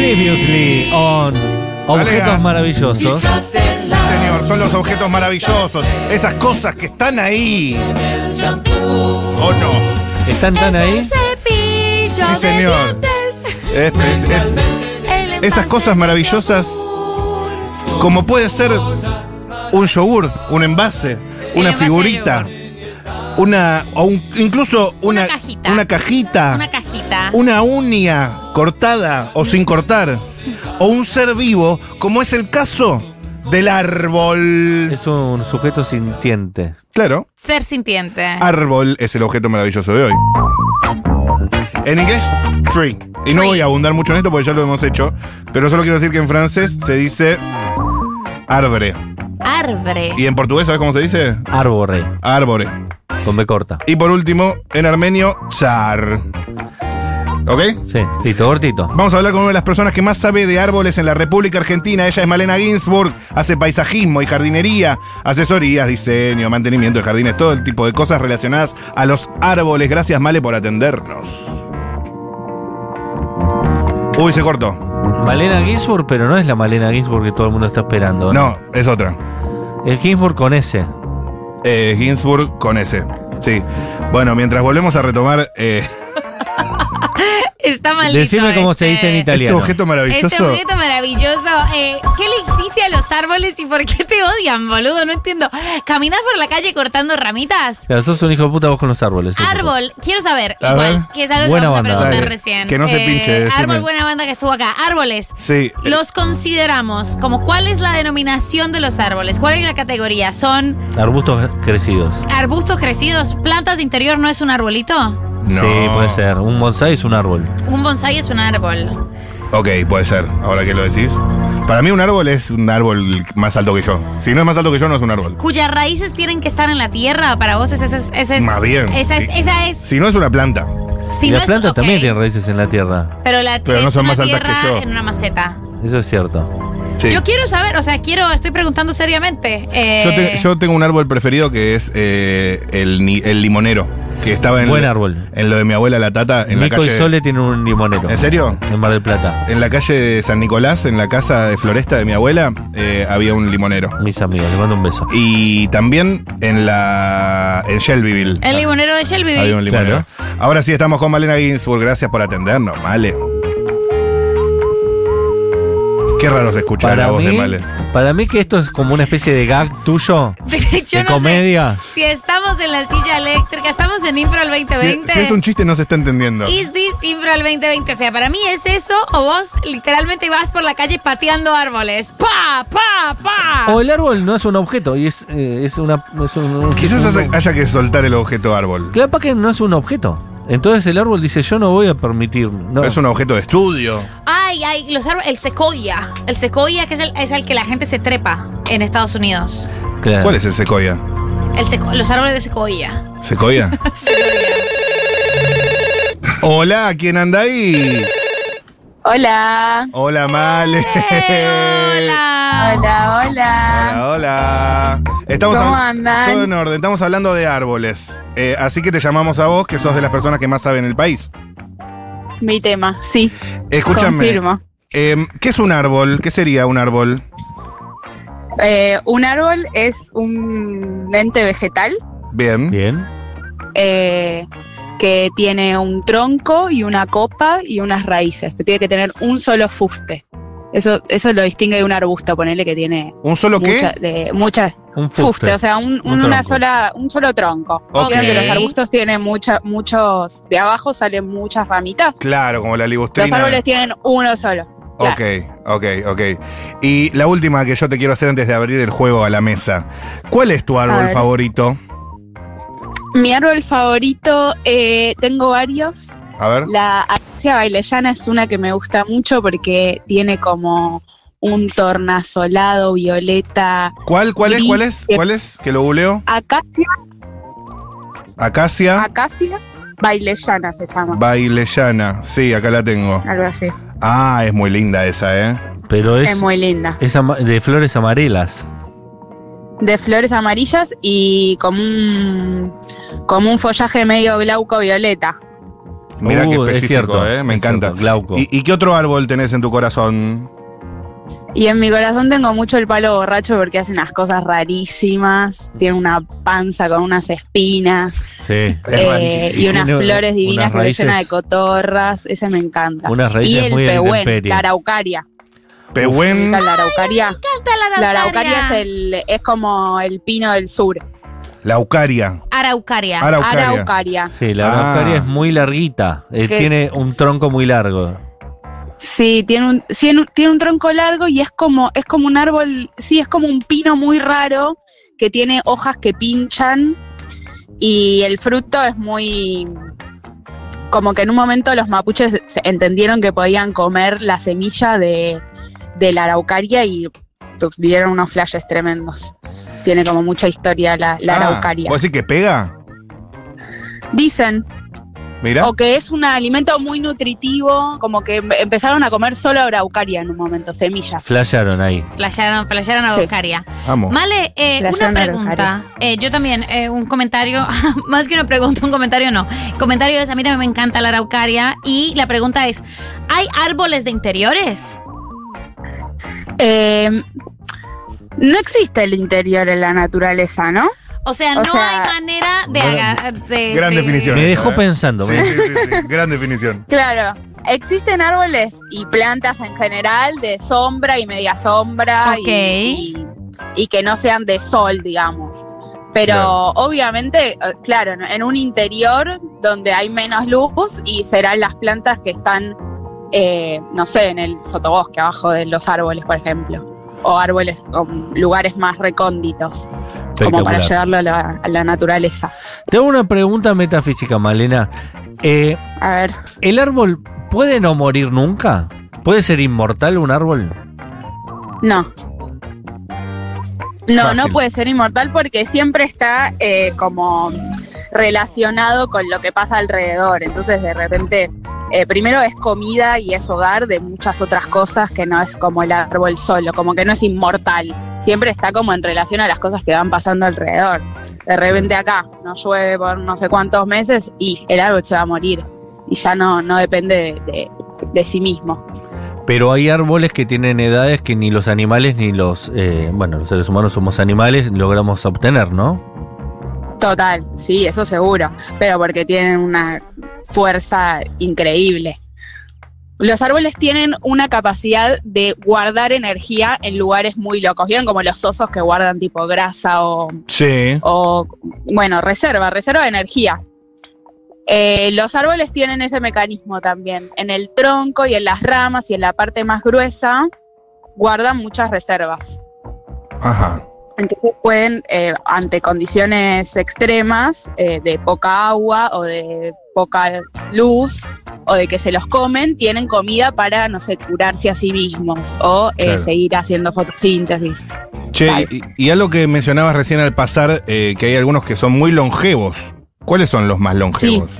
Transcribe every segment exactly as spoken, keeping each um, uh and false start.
Previously on Objetos Alegas. Maravillosos. Sí, señor, son los objetos maravillosos. Esas cosas que están ahí. ¿O no? ¿Están tan ahí? Sí, señor. Es- es- es- esas cosas maravillosas, como puede ser un yogur, un envase, una envase de figurita, una o un- incluso una, Una cajita. una cajita, Una cajita. una uña cortada o sin cortar, o un ser vivo, como es el caso del árbol. Es un sujeto sintiente. Claro, Ser sintiente. árbol es el objeto maravilloso de hoy. En inglés, tree. Y no Tree. voy a abundar mucho en esto porque ya lo hemos hecho, pero solo quiero decir que en francés se dice arbre. Arbre. Y en portugués, ¿sabes cómo se dice? Árbore, Árbore. con B corta. Y por último, en armenio, char. ¿Ok? Sí, Tito, cortito. Vamos a hablar con una de las personas que más sabe de árboles en la República Argentina. Ella es Malena Ginsburg, hace paisajismo y jardinería, asesorías, diseño, mantenimiento de jardines, todo el tipo de cosas relacionadas a los árboles. Gracias, Male, por atendernos. Uy, se cortó. Malena Ginsburg, pero no es la Malena Ginsburg que todo el mundo está esperando. No, es otra. El Ginsburg con S. Eh, Ginsburg con S. Sí. Bueno, mientras volvemos a retomar eh, Está malito. Decime cómo este- se dice en este italiano. objeto maravilloso. Este objeto maravilloso. Eh, ¿Qué le hiciste a los árboles y por qué te odian, boludo? No entiendo. ¿Caminás por la calle cortando ramitas? Claro, sos un hijo de puta vos con los árboles. eso. Árbol, quiero saber, A igual, ver. que es algo Buena que vamos banda. a preguntar Dale, recién. que no se pinche, decime. Árbol, buena banda que estuvo acá. Árboles. Sí. Los consideramos como cuál es la denominación de los árboles, cuál es la categoría. ¿Son Arbustos crecidos. arbustos crecidos? ¿Plantas de interior no es un arbolito? No. Sí, puede ser. Un bonsái es un árbol. Un bonsái es un árbol. Ok, puede ser, ahora que lo decís. Para mí un árbol es un árbol más alto que yo. Si no es más alto que yo, no es un árbol. Cuyas raíces tienen que estar en la tierra. Para vos esa es... Esa es Más bien, Esa es... sí. Esa es Si no es una planta. si y no las es- plantas ok. también tienen raíces en la tierra. Pero, la, Pero no es son una más altas que tierra yo. en una maceta. Eso es cierto. Sí. Yo quiero saber, o sea, quiero, estoy preguntando seriamente. eh, Yo, te- yo tengo un árbol preferido que es eh, el, ni- el limonero. Que estaba en, Buen lo- árbol. en lo de mi abuela la Tata, en Nico la calle. y Sole tienen un limonero. ¿En serio? En Mar del Plata. En la calle de San Nicolás, en la casa de Floresta de mi abuela, eh, había un limonero. Mis amigos, les mando un beso. Y también en la. en Shelbyville. El limonero de Shelbyville. Había un limonero. Ahora sí estamos con Malena Ginsburg. Gracias por atendernos, Male. Qué raro se escucha Para la voz de mí, Male. para mí que esto es como una especie de gag tuyo. Yo de no comedia. sé si estamos en la silla eléctrica, estamos en Impro al veinte Si, veinte. si es un chiste, no se está entendiendo. Is this Impro al veinte veinte? O sea, para mí es eso, o vos literalmente vas por la calle pateando árboles. ¡Pa, pa, pa! O el árbol no es un objeto y es, eh, es una. Es un, Quizás un- haya- haya que soltar el objeto árbol. Claro, para que no es un objeto. Entonces el árbol dice: yo no voy a permitir. No. Es un objeto de estudio. Ay, ay, los árboles, el secoya. El secoya que es el, es el que la gente se trepa en Estados Unidos. Claro. ¿Cuál es el secoya? El seco- los árboles de secoya. ¿Secoya? Hola, ¿quién anda ahí? Hola. Hola, Male. ¡Eh, hola! Hola, hola. Hola, hola. Estamos ¿Cómo hab- andan? Todo en orden. Estamos hablando de árboles. Eh, así que te llamamos a vos, que sos de las personas que más saben en el país. Mi tema, sí. Escúchame. Confirmo. eh, ¿Qué es un árbol? ¿Qué sería un árbol? Eh, un árbol es un ente vegetal Bien. Bien. eh, que tiene un tronco y una copa y unas raíces. Pero tiene que tener un solo fuste. Eso, eso lo distingue de un arbusto, ponele que tiene ¿Un solo mucha- qué? de, muchas Un fuste. fuste. o sea, un, Un un- una tronco. sola, un solo tronco. Ok. Vieron que los arbustos tienen mucha, muchos, de abajo salen muchas ramitas. Claro, como la libustrina. Los árboles tienen uno solo. Claro. Ok, ok, ok. Y la última que yo te quiero hacer antes de abrir el juego a la mesa. ¿Cuál es tu A árbol ver. favorito? Mi árbol favorito, eh, tengo varios. A ver. La acacia baileyana es una que me gusta mucho porque tiene como un tornasolado violeta. ¿Cuál, cuál es? gris, ¿Cuál es? que- ¿Cuál es? Que lo googleo. Acacia, Acacia acacia baileyana se llama. baileyana. Sí, acá la tengo. Algo así. Ah, es muy linda esa, ¿eh? Pero es, Es muy linda. es ama- de flores amarelas. De flores amarillas y como un, como un follaje medio glauco violeta. Mirá Uh, qué es específico, cierto, eh, me es encanta. cierto, glauco. ¿Y, ¿Y qué otro árbol tenés en tu corazón? Y en mi corazón tengo mucho el palo borracho porque hace unas cosas rarísimas. Tiene una panza con unas espinas. Sí. Eh, y unas Tiene flores divinas unas que raíces- llena de cotorras. Ese me encanta. Unas Y raíces el muy pehuen, intemperie. la araucaria. Pehuen. La araucaria. Canta la La araucaria. araucaria es, el, es como el pino del sur. La eucaria. Araucaria. Araucaria. Araucaria. Sí, la Ah. araucaria es muy larguita. eh, ¿Qué? tiene un tronco muy largo. Sí, tiene un, tiene un- tiene un tronco largo y es como, es como un árbol, sí, es como un pino muy raro que tiene hojas que pinchan y el fruto es muy... Como que en un momento los mapuches se- entendieron que podían comer la semilla de, de la araucaria y tuvieron unos flashes tremendos. Tiene como mucha historia la, la Ah, araucaria. ¿Vos decís que pega? Dicen, Mira. o que es un alimento muy nutritivo, como que em- empezaron a comer solo araucaria en un momento, semillas. Flasharon ahí. Playaron, playaron Sí. araucaria. Vamos. Male, eh, La una llana pregunta. Eh, yo también, eh, un comentario, más que una pregunta, un comentario no. Comentario es, a mí también me encanta la araucaria. Y la pregunta es, ¿hay árboles de interiores? Eh, no existe el interior en la naturaleza, ¿no? O sea, O no sea, hay manera de... haga- de- gran de- definición. Me esta, dejó ¿eh? pensando. Sí, me- sí, sí, sí. Gran definición. Claro, existen árboles y plantas en general de sombra y media sombra y- Ok. y, y que no sean de sol, digamos. Pero Claro. obviamente, eh, claro, en- en un interior donde hay menos luz y serán las plantas que están, eh, no sé, en el sotobosque, abajo de los árboles, por ejemplo. O árboles con lugares más recónditos, como para Espectacular. llevarlo a la, a la naturaleza. Te hago una pregunta metafísica, Malena. Eh, A ver, ¿El árbol puede no morir nunca? ¿Puede ser inmortal un árbol? no. No, Fácil. no puede ser inmortal porque siempre está eh, como relacionado con lo que pasa alrededor. Entonces, de repente, eh, primero es comida y es hogar de muchas otras cosas que no es como el árbol solo, como que no es inmortal. Siempre está como en relación a las cosas que van pasando alrededor. De repente acá no llueve por no sé cuántos meses y el árbol se va a morir. Y ya no, no depende de, de, de sí mismo. Pero hay árboles que tienen edades que ni los animales ni los... eh, bueno, los seres humanos somos animales, logramos obtener, ¿no? Total, sí, eso seguro, pero porque tienen una fuerza increíble. Los árboles tienen una capacidad de guardar energía en lugares muy locos. ¿Vieron como los osos que guardan tipo grasa o, Sí. o bueno, reserva, reserva de energía? Eh, los árboles tienen ese mecanismo también. En el tronco y en las ramas y en la parte más gruesa guardan muchas reservas. Ajá. Entonces pueden, eh, ante condiciones extremas eh, de poca agua o de poca luz o de que se los comen, tienen comida para, no sé, curarse a sí mismos o eh, Claro. seguir haciendo fotosíntesis. Che, Tal. y, y algo que mencionabas recién al pasar, eh, que hay algunos que son muy longevos. ¿Cuáles son los más longevos?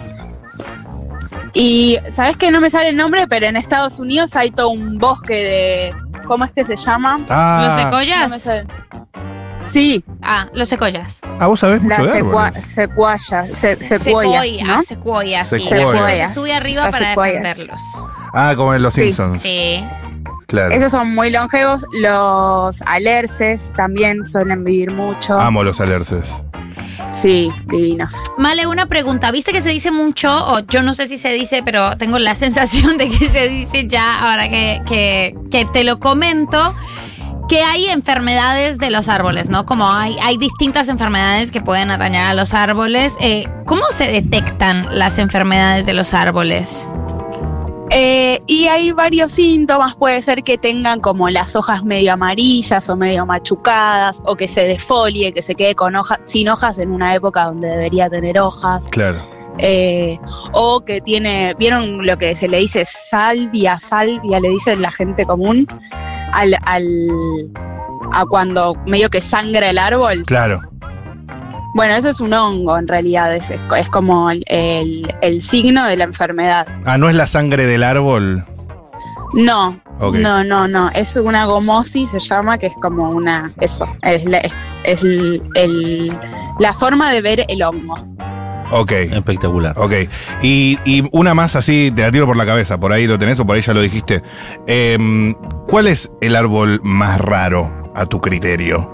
Y, ¿sabes qué? No me sale el nombre, pero en Estados Unidos hay todo un bosque de... ¿Cómo es que se llama? Ah, ¿Los No me secoyas? sale. Sí, Ah, los secoyas. ah, vos sabés mucho la de secua- árboles. secuaya, se- secuoyas, Secuoya, ¿no? secuoya, sí. Secuoyas. La gente se sube arriba Las para secuoyas. defenderlos. Ah, como en Los Sí. Simpsons. Sí. Claro. Esos son muy longevos. Los alerces también suelen vivir mucho. Amo los alerces. Sí, divinos. Male, una pregunta. ¿Viste que se dice mucho? O yo no sé si se dice, pero tengo la sensación de que se dice ya, ahora que, que, que te lo comento, que hay enfermedades de los árboles, ¿no? Como hay, hay distintas enfermedades que pueden atañar a los árboles. Eh, ¿Cómo se detectan las enfermedades de los árboles? Eh, y hay varios síntomas. Puede ser que tengan como las hojas medio amarillas o medio machucadas, o que se desfolie, que se quede con hojas, sin hojas en una época donde debería tener hojas. Claro. Eh, o que tiene, ¿vieron lo que se le dice salvia? Salvia, le dice la gente común al, al a cuando medio que sangra el árbol. Claro. Bueno, eso es un hongo en realidad, es, es, es como el, el, el signo de la enfermedad. Ah, ¿no es la sangre del árbol? No, Ok. no, no, no, es una gomosis, se llama, que es como una, eso, es, la, es, es el- el- la forma de ver el hongo. Ok. Espectacular. Ok. Y, y una más así, te la tiro por la cabeza, por ahí lo tenés o por ahí ya lo dijiste. Eh, ¿Cuál es el árbol más raro a tu criterio?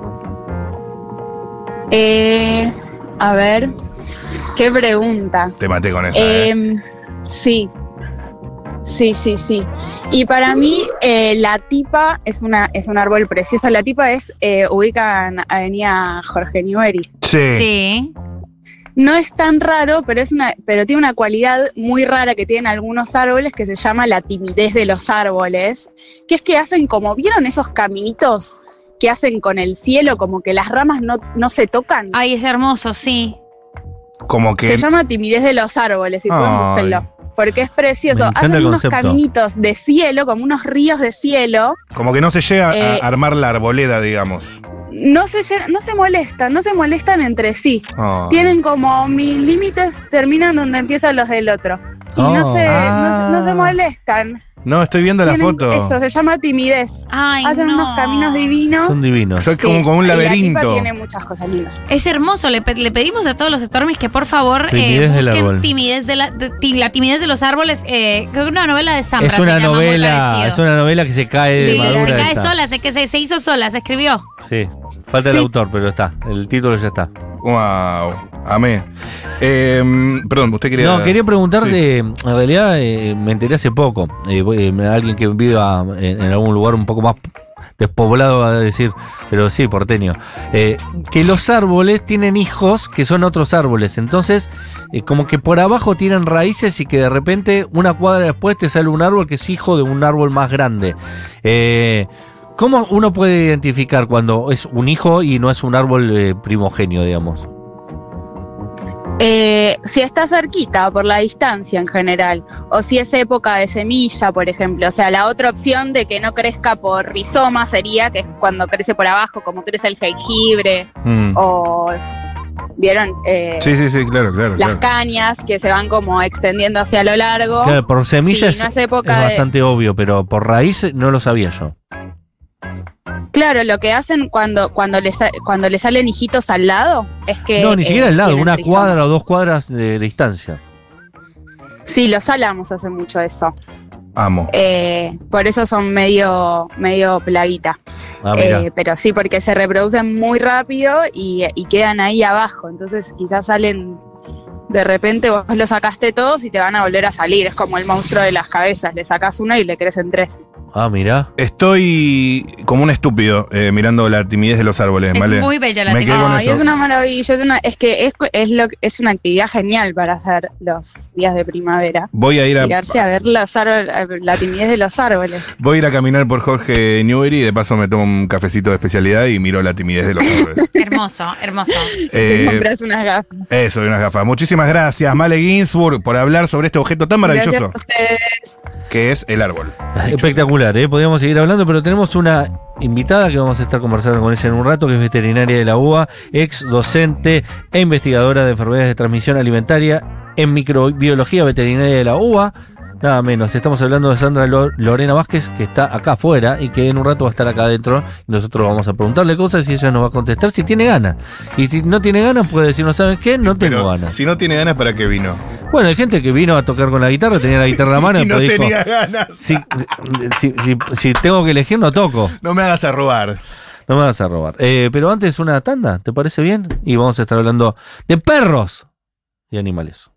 Eh, a ver, qué pregunta. Te maté con esa. ¿eh? Eh, sí, sí, sí, sí. Y para mí, eh, la tipa es una es un árbol precioso. La tipa es, eh, ubica en Avenida Jorge Newbery. Sí. Sí. No es tan raro, pero es una, pero tiene una cualidad muy rara que tienen algunos árboles que se llama la timidez de los árboles, que es que hacen como, ¿vieron esos caminitos que hacen con el cielo? Como que las ramas no, no se tocan. Ay, es hermoso, sí. Como que. Se llama timidez de los árboles, si pueden, Ay. búsquenlo. Porque es precioso. Me encanta Hacen el unos concepto. caminitos de cielo, como unos ríos de cielo. Como que no se llega Eh, a armar la arboleda, digamos. No se, llega- no se molestan, no se molestan entre sí. Ay. Tienen como mis límites, terminan donde empiezan los del otro. Y Oh. no, se, Ah. no, no se molestan. No, estoy viendo la Tienen foto. Eso, se llama timidez. Ay, Hacen no. unos caminos divinos. Son divinos. Soy como, Sí, como un y La laberinto. tipa tiene muchas cosas lindas. Es hermoso. Le, pe- le pedimos a todos los Stormies que por favor Timidez eh, del busquen árbol. timidez de la, de- ti- la timidez de los árboles. Eh, creo que una novela de Zambra Es una se llama, muy novela, parecido. es una novela que se cae de Sí, madura. se cae esa. sola, se, que se, se hizo sola, se escribió. Sí. Falta el Sí. autor, pero está. El título ya está. Wow. Amé. Eh, perdón, usted quería. No, quería preguntarte, Sí. en realidad eh, me enteré hace poco, eh, eh, alguien que viva en, en algún lugar un poco más despoblado va a decir, pero sí, porteño, eh, que los árboles tienen hijos que son otros árboles, entonces eh, como que por abajo tienen raíces y que de repente una cuadra después te sale un árbol que es hijo de un árbol más grande. Eh, ¿Cómo uno puede identificar cuando es un hijo y no es un árbol eh, primogenio, digamos? Eh, si está cerquita por la distancia en general, o si es época de semilla, por ejemplo. O sea, la otra opción de que no crezca por rizoma sería que es cuando crece por abajo, como crece el jengibre, Mm. o ¿vieron? Eh, Sí, sí, sí, claro, claro. las claro. cañas que se van como extendiendo hacia lo largo. Claro, por semillas Sí, no es, es época es de- bastante obvio, pero por raíz no lo sabía yo. Claro, lo que hacen cuando, cuando, le, sa- cuando le salen hijitos al lado es que... No, ni siquiera eh, al lado, tienen una rizoma. cuadra o dos cuadras de distancia. Sí, los álamos hacen mucho eso. Amo. Eh, por eso son medio, medio plaguita. Ah, mira. Eh, pero sí, porque se reproducen muy rápido y, y quedan ahí abajo. Entonces quizás salen, de repente vos los sacaste todos y te van a volver a salir. Es como el monstruo de las cabezas. Le sacas uno y le crecen tres. Ah, mira. Estoy como un estúpido eh, mirando la timidez de los árboles, Es ¿vale? muy bella la Me timidez. quedé con Ay, eso. es una maravilla. Es, una, es que es, es, lo, es una actividad genial para hacer los días de primavera. Voy a ir a, Tirarse a ver los árboles, la timidez de los árboles. voy a ir a caminar por Jorge Newbery y de paso me tomo un cafecito de especialidad y miro la timidez de los árboles. Hermoso, hermoso. Eh, Compras unas gafas. eso, y unas gafas. Muchísimas gracias, Male Ginsburg, por hablar sobre este objeto tan maravilloso Gracias a ustedes. que es el árbol. Espectacular, ¿eh? Podríamos seguir hablando, pero tenemos una invitada que vamos a estar conversando con ella en un rato, que es veterinaria de la U B A, ex docente e investigadora de enfermedades de transmisión alimentaria en microbiología veterinaria de la U B A. Nada menos, estamos hablando de Sandra Lo- Lorena Vázquez, que está acá afuera y que en un rato va a estar acá adentro. Y nosotros vamos a preguntarle cosas y ella nos va a contestar si tiene ganas. Y si no tiene ganas, puede decir, ¿no saben qué? No tengo Pero ganas. si no tiene ganas, ¿para qué vino? Bueno, hay gente que vino a tocar con la guitarra, tenía la guitarra en la mano y no después dijo, tenía ganas. si, si, si- si tengo que elegir, no toco. No me hagas a robar. No me vas a robar. Eh, pero antes una tanda, ¿te parece bien? Y vamos a estar hablando de perros y animales.